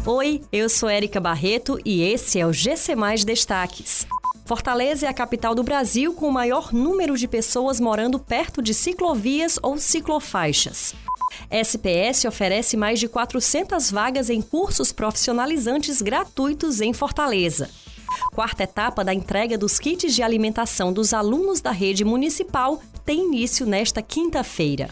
Oi, eu sou Érica Barreto e esse é o GC Mais Destaques. Fortaleza é a capital do Brasil com o maior número de pessoas morando perto de ciclovias ou ciclofaixas. SPS oferece mais de 400 vagas em cursos profissionalizantes gratuitos em Fortaleza. Quarta etapa da entrega dos kits de alimentação dos alunos da rede municipal tem início nesta quinta-feira.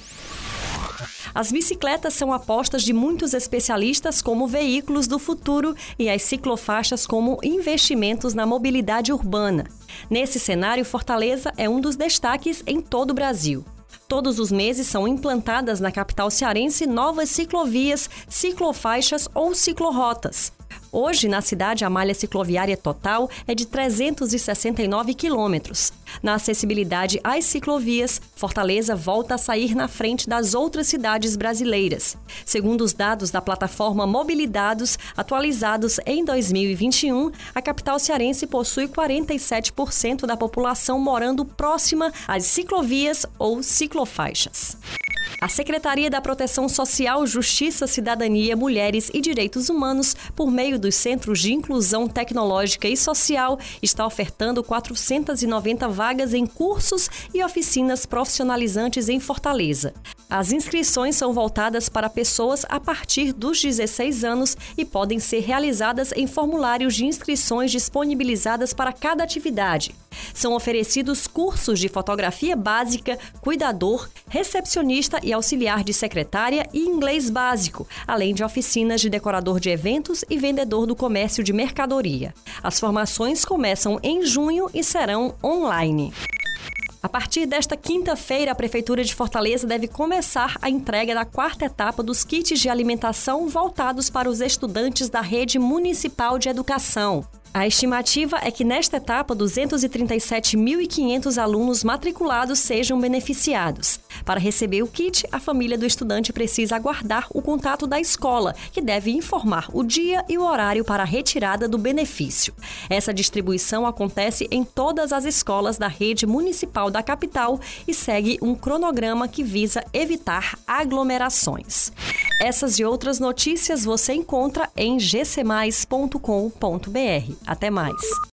As bicicletas são apostas de muitos especialistas como veículos do futuro e as ciclofaixas como investimentos na mobilidade urbana. Nesse cenário, Fortaleza é um dos destaques em todo o Brasil. Todos os meses são implantadas na capital cearense novas ciclovias, ciclofaixas ou ciclorotas. Hoje, na cidade, a malha cicloviária total é de 369 quilômetros. Na acessibilidade às ciclovias, Fortaleza volta a sair na frente das outras cidades brasileiras. Segundo os dados da plataforma Mobilidados, atualizados em 2021, a capital cearense possui 47% da população morando próxima às ciclovias ou ciclofaixas. A Secretaria da Proteção Social, Justiça, Cidadania, Mulheres e Direitos Humanos, por meio dos Centros de Inclusão Tecnológica e Social, está ofertando 490 vagas em cursos e oficinas profissionalizantes em Fortaleza. As inscrições são voltadas para pessoas a partir dos 16 anos e podem ser realizadas em formulários de inscrições disponibilizadas para cada atividade. São oferecidos cursos de fotografia básica, cuidador, recepcionista e auxiliar de secretária e inglês básico, além de oficinas de decorador de eventos e vendedor do comércio de mercadoria. As formações começam em junho e serão online. A partir desta quinta-feira, a Prefeitura de Fortaleza deve começar a entrega da quarta etapa dos kits de alimentação voltados para os estudantes da Rede Municipal de Educação. A estimativa é que nesta etapa 237.500 alunos matriculados sejam beneficiados. Para receber o kit, a família do estudante precisa aguardar o contato da escola, que deve informar o dia e o horário para a retirada do benefício. Essa distribuição acontece em todas as escolas da rede municipal da capital e segue um cronograma que visa evitar aglomerações. Essas e outras notícias você encontra em gcmais.com.br. Até mais!